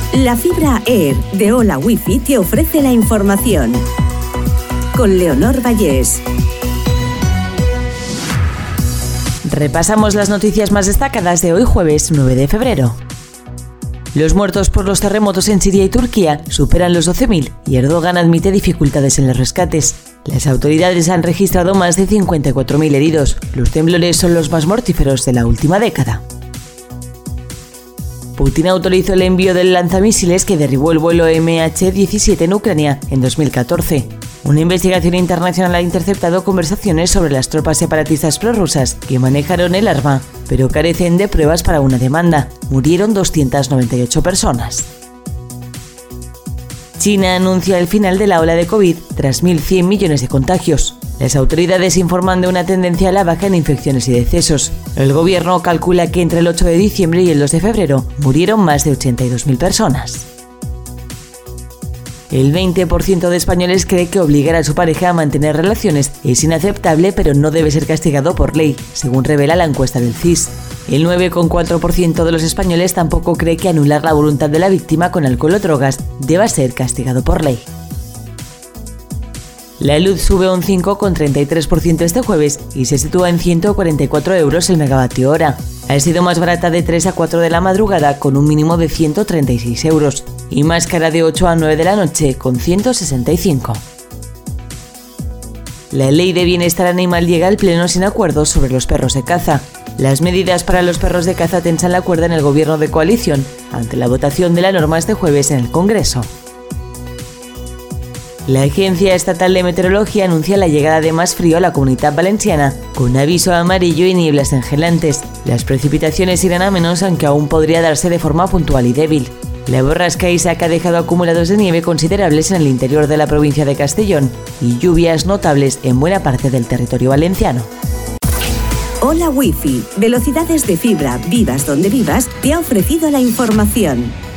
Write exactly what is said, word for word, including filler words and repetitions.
La fibra Air de Hola Wifi te ofrece la información. Con Leonor Vallés. Repasamos las noticias más destacadas de hoy jueves nueve de febrero. Los muertos por los terremotos en Siria y Turquía superan los doce mil y Erdogan admite dificultades en los rescates. Las autoridades han registrado más de cincuenta y cuatro mil heridos. Los temblores son los más mortíferos de la última década. Putin autorizó el envío del lanzamisiles que derribó el vuelo eme hache diecisiete en Ucrania en dos mil catorce. Una investigación internacional ha interceptado conversaciones sobre las tropas separatistas prorrusas que manejaron el arma, pero carecen de pruebas para una demanda. Murieron doscientas noventa y ocho personas. China anuncia el final de la ola de COVID tras mil cien millones de contagios. Las autoridades informan de una tendencia a la baja en infecciones y decesos. El gobierno calcula que entre el ocho de diciembre y el dos de febrero murieron más de ochenta y dos mil personas. El veinte por ciento de españoles cree que obligar a su pareja a mantener relaciones es inaceptable, pero no debe ser castigado por ley, según revela la encuesta del C I S. El nueve coma cuatro por ciento de los españoles tampoco cree que anular la voluntad de la víctima con alcohol o drogas deba ser castigado por ley. La luz sube un cinco coma treinta y tres por ciento este jueves y se sitúa en ciento cuarenta y cuatro euros el megavatio hora. Ha sido más barata de tres a cuatro de la madrugada con un mínimo de ciento treinta y seis euros y más cara de ocho a nueve de la noche con ciento sesenta y cinco. La ley de bienestar animal llega al pleno sin acuerdos sobre los perros de caza. Las medidas para los perros de caza tensan la cuerda en el gobierno de coalición ante la votación de la norma este jueves en el Congreso. La Agencia Estatal de Meteorología anuncia la llegada de más frío a la Comunitat Valenciana, con aviso amarillo y nieblas engelantes. Las precipitaciones irán a menos, aunque aún podría darse de forma puntual y débil. La borrasca Isaac ha dejado acumulados de nieve considerables en el interior de la provincia de Castellón y lluvias notables en buena parte del territorio valenciano. Hola Wifi, velocidades de fibra, vivas donde vivas, te ha ofrecido la información.